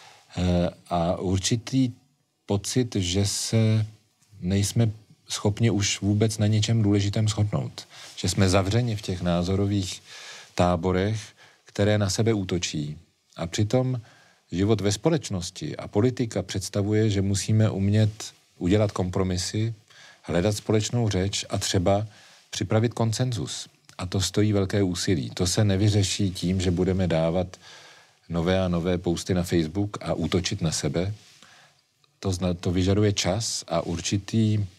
a určitý pocit, že se nejsme schopni už vůbec na ničem důležitém shodnout. Že jsme zavřeni v těch názorových táborech, které na sebe útočí. A přitom život ve společnosti a politika představuje, že musíme umět udělat kompromisy, hledat společnou řeč a třeba připravit konsenzus. A to stojí velké úsilí. To se nevyřeší tím, že budeme dávat nové a nové posty na Facebook a útočit na sebe. To, zna, to vyžaduje čas a určitý, eh,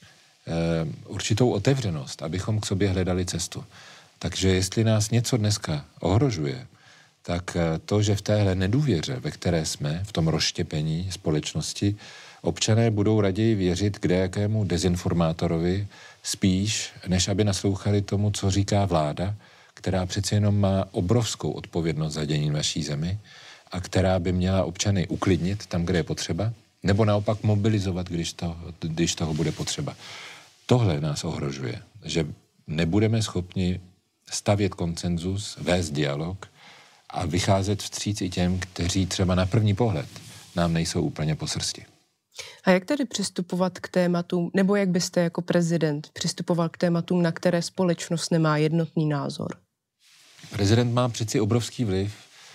určitou otevřenost, abychom k sobě hledali cestu. Takže jestli nás něco dneska ohrožuje, tak to, že v téhle nedůvěře, ve které jsme, v tom rozštěpení společnosti, občané budou raději věřit k jakému dezinformátorovi spíš, než aby naslouchali tomu, co říká vláda, která přeci jenom má obrovskou odpovědnost za dění v naší zemi a která by měla občany uklidnit tam, kde je potřeba, nebo naopak mobilizovat, když, to, když toho bude potřeba. Tohle nás ohrožuje, že nebudeme schopni stavět konsenzus, vést dialog a vycházet vstříc i těm, kteří třeba na první pohled nám nejsou úplně po srsti. A jak tedy přistupovat k tématům, nebo jak byste jako prezident přistupoval k tématům, na které společnost nemá jednotný názor? Prezident má přeci obrovský vliv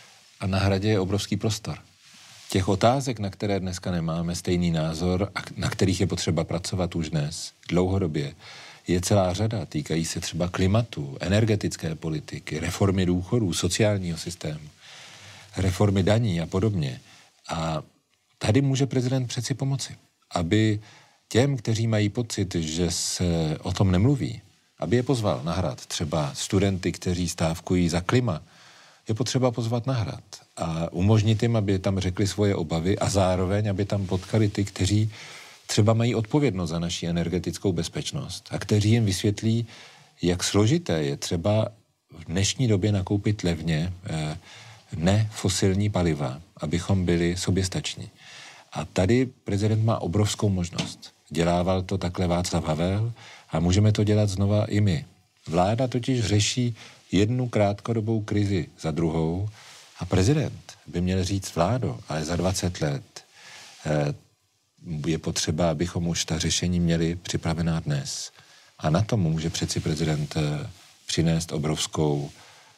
a na Hradě je obrovský prostor. Těch otázek, na které dneska nemáme stejný názor a na kterých je potřeba pracovat už dnes, dlouhodobě, je celá řada. Týkají se třeba klimatu, energetické politiky, reformy důchodů, sociálního systému, reformy daní a podobně. A tady může prezident přeci pomoci, aby těm, kteří mají pocit, že se o tom nemluví, aby je pozval na Hrad. Třeba studenty, kteří stávkují za klima, je potřeba pozvat na Hrad a umožnit jim, aby tam řekli svoje obavy a zároveň, aby tam potkali ty, kteří třeba mají odpovědnost za naši energetickou bezpečnost a kteří jim vysvětlí, jak složité je třeba v dnešní době nakoupit levně eh, nefosilní paliva, abychom byli soběstační. A tady prezident má obrovskou možnost. Dělával to takhle Václav Havel a můžeme to dělat znova i my. Vláda totiž řeší jednu krátkodobou krizi za druhou a prezident by měl říct: vládo, ale za dvacet let eh, je potřeba, abychom už ta řešení měli připravená dnes. A na tom může přeci prezident eh, přinést obrovskou,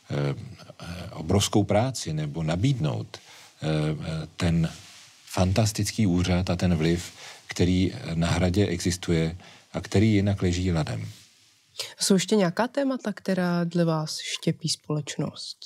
eh, obrovskou práci nebo nabídnout eh, ten fantastický úřad a ten vliv, který na Hradě existuje a který jinak leží ladem. Jsou ještě nějaká témata, která dle vás štěpí společnost?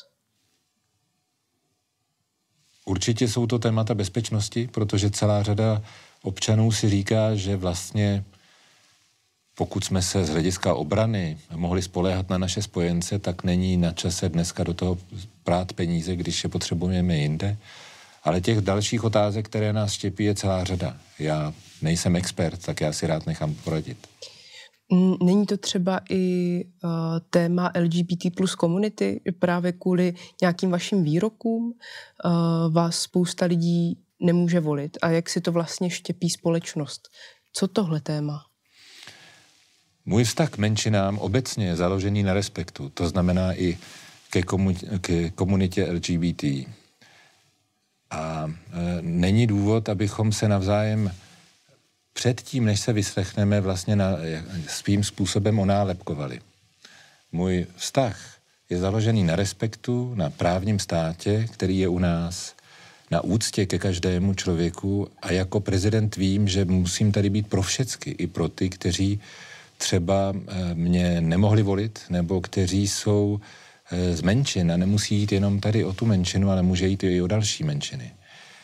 Určitě jsou to témata bezpečnosti, protože celá řada občanů si říká, že vlastně pokud jsme se z hlediska obrany mohli spoléhat na naše spojence, tak není na čase dneska do toho prát peníze, když je potřebujeme jinde. Ale těch dalších otázek, které nás štěpí, je celá řada. Já nejsem expert, tak já si rád nechám poradit. Není to třeba i uh, téma L G B T plus komunity? Právě kvůli nějakým vašim výrokům uh, vás spousta lidí nemůže volit. A jak si to vlastně štěpí společnost? Co tohle téma? Můj vztah k menšinám obecně je založený na respektu. To znamená i ke, komu- ke komunitě L G B T. A e, není důvod, abychom se navzájem předtím, než se vyslechneme, vlastně na, svým způsobem onálepkovali. Můj vztah je založený na respektu, na právním státě, který je u nás, na úctě ke každému člověku a jako prezident vím, že musím tady být pro všecky, i pro ty, kteří třeba mě nemohli volit, nebo kteří jsou z menšin a nemusí jít jenom tady o tu menšinu, ale může jít i o další menšiny.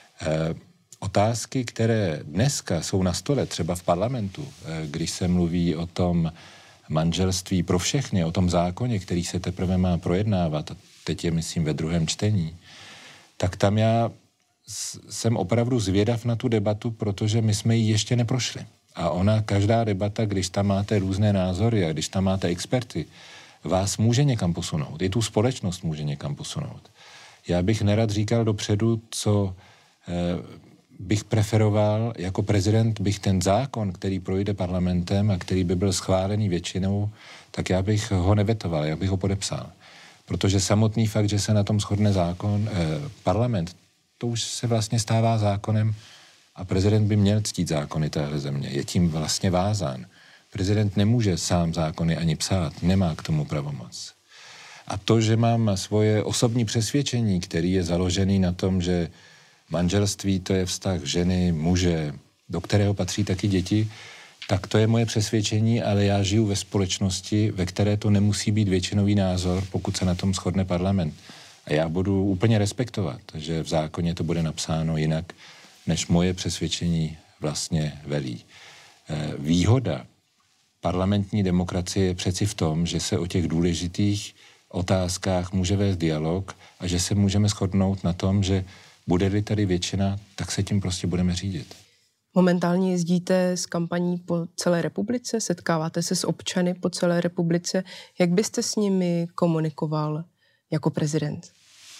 Otázky, které dneska jsou na stole, třeba v parlamentu, když se mluví o tom manželství pro všechny, o tom zákoně, který se teprve má projednávat, a teď je, myslím, ve druhém čtení, tak tam já jsem opravdu zvědav na tu debatu, protože my jsme ji ještě neprošli. A ona, každá debata, když tam máte různé názory a když tam máte experty, vás může někam posunout. I tu společnost může někam posunout. Já bych nerad říkal dopředu, co eh, bych preferoval. Jako prezident bych ten zákon, který projde parlamentem a který by byl schválený většinou, tak já bych ho nevetoval, já bych ho podepsal. Protože samotný fakt, že se na tom shodne zákon, eh, parlament, to už se vlastně stává zákonem a prezident by měl ctít zákony téhle země. Je tím vlastně vázán. Prezident nemůže sám zákony ani psát, nemá k tomu pravomoc. A to, že mám svoje osobní přesvědčení, který je založený na tom, že manželství to je vztah ženy, muže do kterého patří taky děti, tak to je moje přesvědčení, ale já žiju ve společnosti, ve které to nemusí být většinový názor, pokud se na tom shodne parlament. A já budu úplně respektovat, že v zákoně to bude napsáno jinak, než moje přesvědčení vlastně velí. Výhoda parlamentní demokracie je přeci v tom, že se o těch důležitých otázkách může vést dialog a že se můžeme shodnout na tom, že bude-li tady většina, tak se tím prostě budeme řídit. Momentálně jezdíte s kampaní po celé republice, setkáváte se s občany po celé republice. Jak byste s nimi komunikoval jako prezident?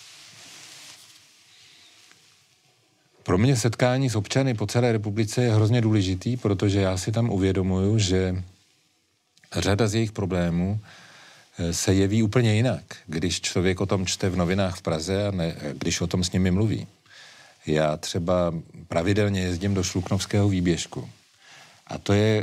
Pro mě setkání s občany po celé republice je hrozně důležitý, protože já si tam uvědomuju, že řada z jejich problémů se jeví úplně jinak, když člověk o tom čte v novinách v Praze a ne, když o tom s nimi mluví. Já třeba pravidelně jezdím do Šluknovského výběžku. A to je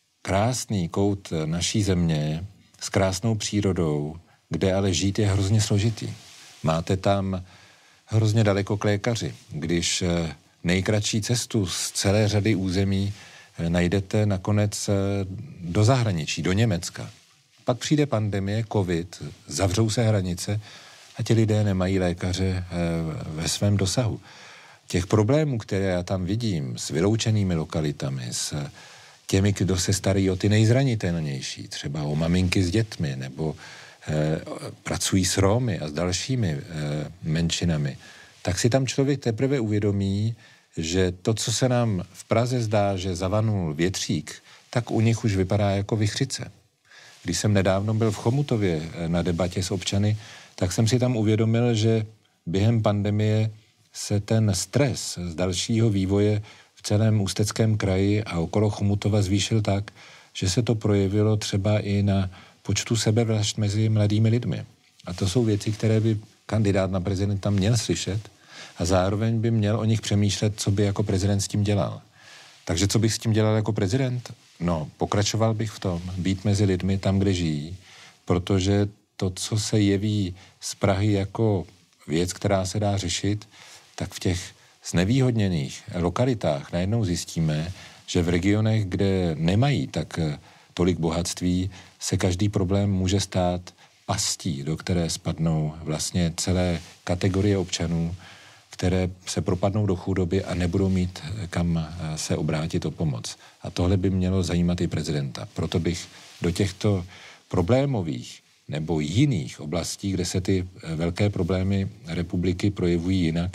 krásný kout naší země s krásnou přírodou, kde ale žít je hrozně složitý. Máte tam hrozně daleko k lékaři. Když nejkratší cestu z celé řady území najdete nakonec do zahraničí, do Německa. Pak přijde pandemie, covid, zavřou se hranice a ti lidé nemají lékaře ve svém dosahu. Těch problémů, které já tam vidím s vyloučenými lokalitami, s těmi, kdo se starají o ty nejzranitelnější, třeba o maminky s dětmi, nebo eh, pracují s Romy a s dalšími eh, menšinami, tak si tam člověk teprve uvědomí, že to, co se nám v Praze zdá, že zavanul větřík, tak u nich už vypadá jako vichřice. Když jsem nedávno byl v Chomutově na debatě s občany, tak jsem si tam uvědomil, že během pandemie se ten stres z dalšího vývoje v celém Ústeckém kraji a okolo Chomutova zvýšil tak, že se to projevilo třeba i na počtu sebevražd mezi mladými lidmi. A to jsou věci, které by kandidát na prezidenta měl slyšet a zároveň by měl o nich přemýšlet, co by jako prezident s tím dělal. Takže co bych s tím dělal jako prezident? No, pokračoval bych v tom, být mezi lidmi tam, kde žijí, protože to, co se jeví z Prahy jako věc, která se dá řešit, tak v těch znevýhodněných lokalitách najednou zjistíme, že v regionech, kde nemají tak tolik bohatství, se každý problém může stát pastí, do které spadnou vlastně celé kategorie občanů, které se propadnou do chudoby a nebudou mít kam se obrátit o pomoc. A tohle by mělo zajímat i prezidenta. Proto bych do těchto problémových nebo jiných oblastí, kde se ty velké problémy republiky projevují jinak,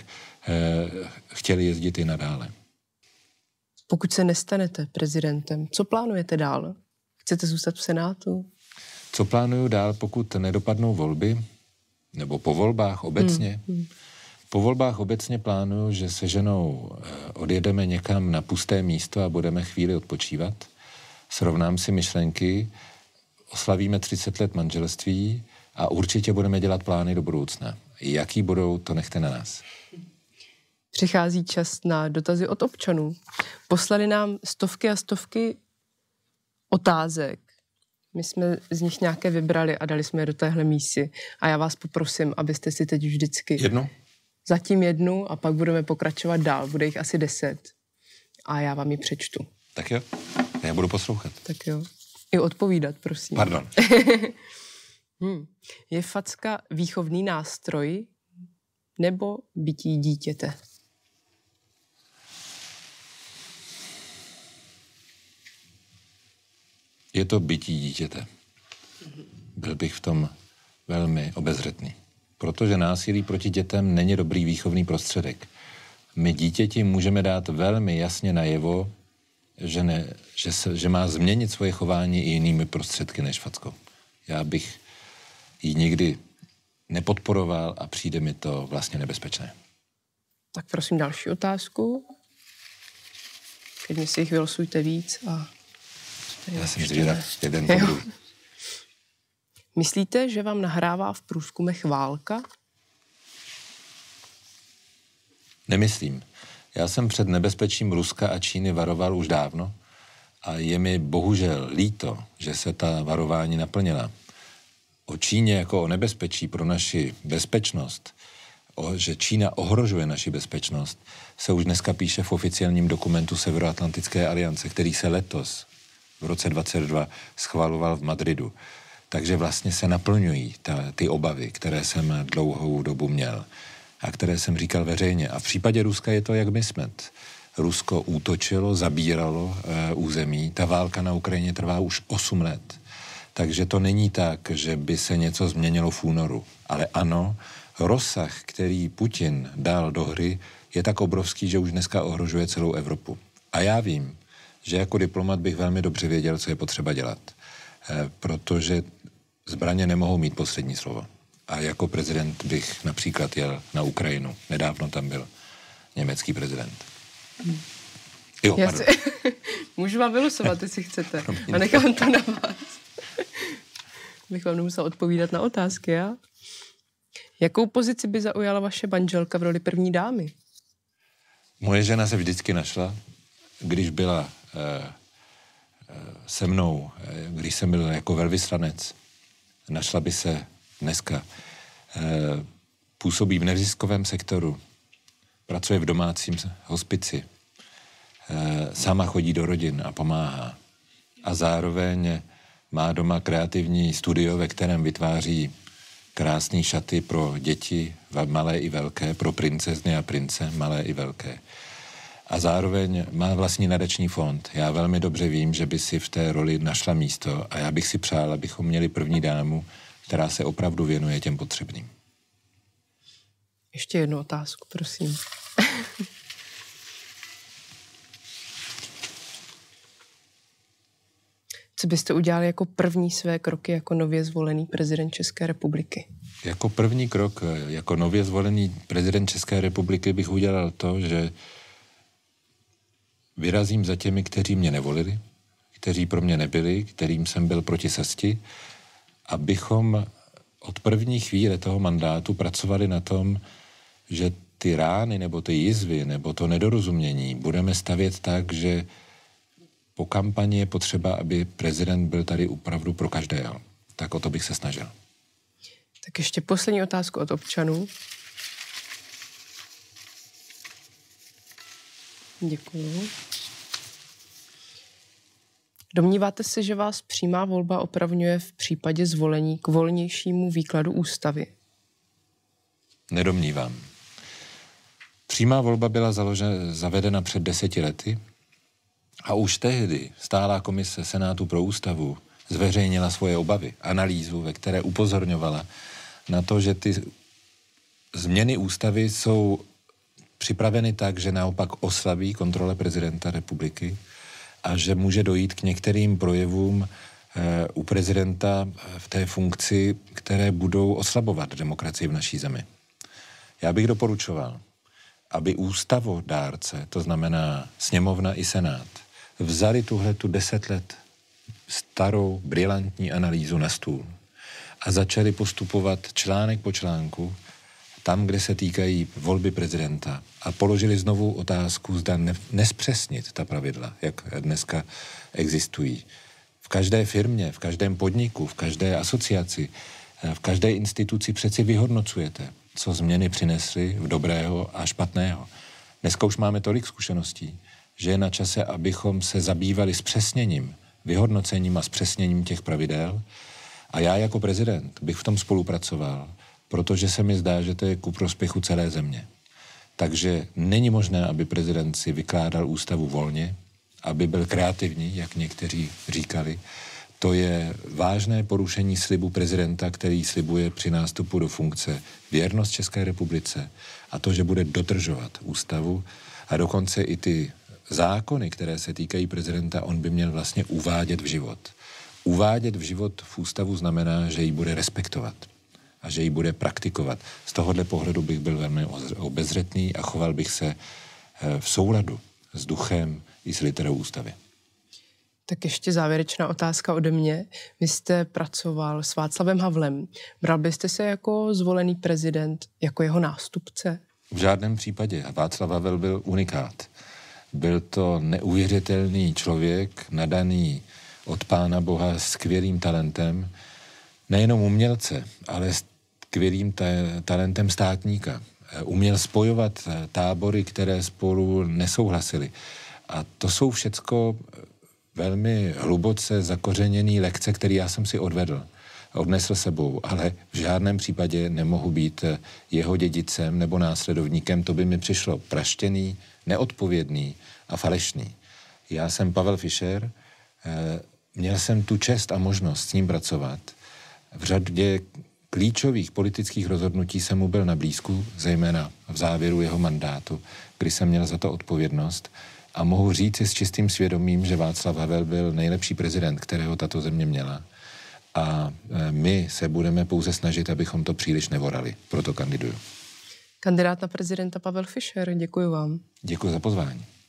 chtěli jezdit i nadále. Pokud se nestanete prezidentem, co plánujete dál? Chcete zůstat v Senátu? Co plánuju dál, pokud nedopadnou volby, nebo po volbách obecně? Hmm. Hmm. Po volbách obecně plánuju, že se ženou odjedeme někam na pusté místo a budeme chvíli odpočívat. Srovnám si myšlenky, oslavíme třicet let manželství a určitě budeme dělat plány do budoucna. Jaký budou, to nechte na nás. Přichází čas na dotazy od občanů. Poslali nám stovky a stovky otázek. My jsme z nich nějaké vybrali a dali jsme je do téhle mísy. A já vás poprosím, abyste si teď vždycky... Jednu? Zatím jednu a pak budeme pokračovat dál. Bude jich asi deset. A já vám ji přečtu. Tak jo, já budu poslouchat. Tak jo. I odpovídat, prosím. Pardon. hmm. Je facka výchovný nástroj nebo bytí dítěte? Je to bytí dítěte. Byl bych v tom velmi obezřetný. Protože násilí proti dětem není dobrý výchovný prostředek. My dítěti můžeme dát velmi jasně najevo, že, ne, že, se, že má změnit svoje chování i jinými prostředky než fackou. Já bych ji nikdy nepodporoval a přijde mi to vlastně nebezpečné. Tak prosím další otázku. Klidně si jich vylosujte víc. A já jsem zvědav, jeden po druhý. Myslíte, že vám nahrává v průzkumech válka? Nemyslím. Já jsem před nebezpečím Ruska a Číny varoval už dávno a je mi bohužel líto, že se ta varování naplnila. O Číně jako o nebezpečí pro naši bezpečnost že Čína ohrožuje naši bezpečnost, se už dneska píše v oficiálním dokumentu Severoatlantické aliance, který se letos v roce dvacet dva schvaloval v Madridu. Takže vlastně se naplňují ta, ty obavy, které jsem dlouhou dobu měl a které jsem říkal veřejně. A v případě Ruska je to jak my jsme. Rusko útočilo, zabíralo e, území. Ta válka na Ukrajině trvá už osm let. Takže to není tak, že by se něco změnilo v únoru. Ale ano, rozsah, který Putin dal do hry, je tak obrovský, že už dneska ohrožuje celou Evropu. A já vím, že jako diplomat bych velmi dobře věděl, co je potřeba dělat. E, protože zbraně nemohou mít poslední slovo. A jako prezident bych například jel na Ukrajinu. Nedávno tam byl německý prezident. Hmm. Jo, Já si... Můžu vám vylosovat, jestli chcete. A nechám to na vás. Bych vám nemusel odpovídat na otázky, já? Jakou pozici by zaujala vaše manželka v roli první dámy? Moje žena se vždycky našla, když byla eh, se mnou, eh, když jsem byl jako velvyslanec. Našla by se dneska. Eh, působí v neziskovém sektoru, pracuje v domácím hospici, eh, sama chodí do rodin a pomáhá. A zároveň má doma kreativní studio, ve kterém vytváří krásné šaty pro děti, malé i velké, pro princezny a prince, malé i velké. A zároveň má vlastní nadační fond. Já velmi dobře vím, že by si v té roli našla místo a já bych si přál, abychom měli první dámu, která se opravdu věnuje těm potřebným. Ještě jednu otázku, prosím. Co byste udělali jako první své kroky jako nově zvolený prezident České republiky? Jako první krok, jako nově zvolený prezident České republiky bych udělal to, že vyrazím za těmi, kteří mě nevolili, kteří pro mě nebyli, kterým jsem byl proti srsti, abychom od první chvíle toho mandátu pracovali na tom, že ty rány nebo ty jizvy nebo to nedorozumění budeme stavět tak, že po kampani je potřeba, aby prezident byl tady opravdu pro každého. Tak o to bych se snažil. Tak ještě poslední otázku od občanů. Děkuju. Domníváte se, že vás přímá volba opravňuje v případě zvolení k volnějšímu výkladu ústavy? Nedomnívám. Přímá volba byla založena, zavedena před deseti lety a už tehdy stálá komise Senátu pro ústavu zveřejnila svoje obavy, analýzu, ve které upozorňovala na to, že ty změny ústavy jsou připraveny tak, že naopak oslabí kontrole prezidenta republiky a že může dojít k některým projevům e, u prezidenta v té funkci, které budou oslabovat demokracii v naší zemi. Já bych doporučoval, aby ústavodárce, to znamená sněmovna i senát, vzali tuhletu deset let starou, brilantní analýzu na stůl a začali postupovat článek po článku tam, kde se týkají volby prezidenta a položili znovu otázku, zda ne, nespřesnit ta pravidla, jak dneska existují. V každé firmě, v každém podniku, v každé asociaci, v každé instituci přeci vyhodnocujete, co změny přinesly v dobrého a špatného. Dneska už máme tolik zkušeností, že je na čase, abychom se zabývali zpřesněním, vyhodnocením a zpřesněním těch pravidel. A já jako prezident bych v tom spolupracoval, protože se mi zdá, že to je ku prospěchu celé země. Takže není možné, aby prezident si vykládal ústavu volně, aby byl kreativní, jak někteří říkali. To je vážné porušení slibu prezidenta, který slibuje při nástupu do funkce věrnost České republice a to, že bude dodržovat ústavu a dokonce i ty zákony, které se týkají prezidenta, on by měl vlastně uvádět v život. Uvádět v život v ústavu znamená, že ji bude respektovat a že ji bude praktikovat. Z tohohle pohledu bych byl velmi obezřetný a choval bych se v souladu s duchem i s literou ústavy. Tak ještě závěrečná otázka ode mě. Vy jste pracoval s Václavem Havlem. Bral byste se jako zvolený prezident, jako jeho nástupce? V žádném případě. Václav Havel byl unikát. Byl to neuvěřitelný člověk, nadaný od Pána Boha skvělým talentem, nejenom umělce, ale skvělým ta- talentem státníka. uměl spojovat tábory, které spolu nesouhlasily. A to jsou všecko velmi hluboce zakořeněné lekce, které já jsem si odvedl. Odnesl sebou, ale v žádném případě nemohu být jeho dědicem nebo následovníkem. To by mi přišlo praštěný, neodpovědný a falešný. Já jsem Pavel Fischer, měl jsem tu čest a možnost s ním pracovat. V řadě klíčových politických rozhodnutí jsem mu byl na blízku, zejména v závěru jeho mandátu, kdy jsem měl za to odpovědnost. A mohu říct si s čistým svědomím, že Václav Havel byl nejlepší prezident, kterého tato země měla. A my se budeme pouze snažit, abychom to příliš nevorali. Proto kandiduju. Kandidát na prezidenta Pavel Fischer, děkuji vám. Děkuji za pozvání.